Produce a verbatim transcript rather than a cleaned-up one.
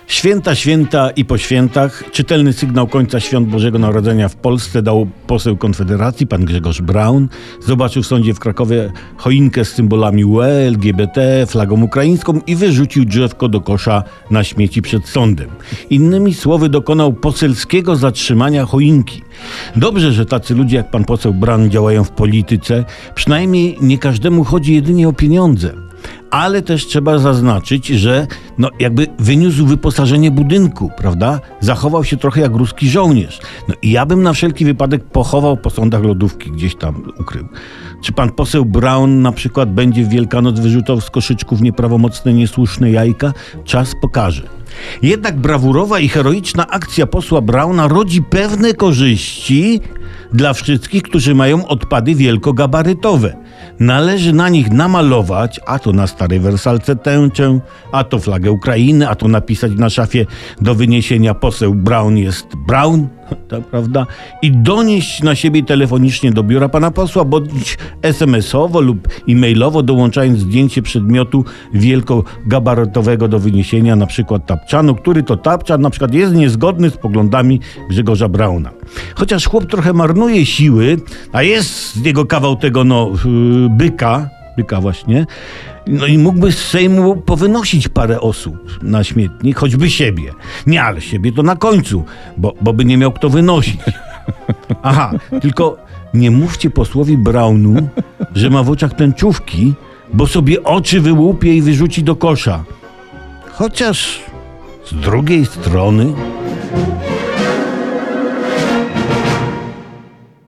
Święta, święta i po świętach. Czytelny sygnał końca świąt Bożego Narodzenia w Polsce dał poseł Konfederacji, pan Grzegorz Braun. Zobaczył w sądzie w Krakowie choinkę z symbolami U E, L G B T, flagą ukraińską i wyrzucił drzewko do kosza na śmieci przed sądem. Innymi słowy, dokonał poselskiego zatrzymania choinki. Dobrze, że tacy ludzie jak pan poseł Braun działają w polityce. Przynajmniej nie każdemu chodzi jedynie o pieniądze. Ale też trzeba zaznaczyć, że no jakby wyniósł wyposażenie budynku, prawda? Zachował się trochę jak ruski żołnierz. No i ja bym na wszelki wypadek pochował po sądach lodówki, gdzieś tam ukrył. Czy pan poseł Braun na przykład będzie w Wielkanoc wyrzucał z koszyczków nieprawomocne, niesłuszne jajka? Czas pokaże. Jednak brawurowa i heroiczna akcja posła Brauna rodzi pewne korzyści dla wszystkich, którzy mają odpady wielkogabarytowe. Należy na nich namalować, a to na starej wersalce tęczę, a to flagę Ukrainy, a to napisać na szafie do wyniesienia poseł Braun jest Braun, tak, prawda? I donieść na siebie telefonicznie do biura pana posła, bądź es em esowo lub e-mailowo, dołączając zdjęcie przedmiotu wielkogabarytowego do wyniesienia, na przykład tapczanu, który to tapczan na przykład jest niezgodny z poglądami Grzegorza Brauna. Chociaż chłop trochę marnuje siły, a jest z niego kawał tego, no, yy, byka, byka właśnie, no i mógłby z Sejmu powynosić parę osób na śmietnik, choćby siebie. Nie, ale siebie to na końcu, bo, bo by nie miał kto wynosić. Aha, tylko nie mówcie posłowi Braunu, że ma w oczach tęczówki, bo sobie oczy wyłupie i wyrzuci do kosza. Chociaż z drugiej strony...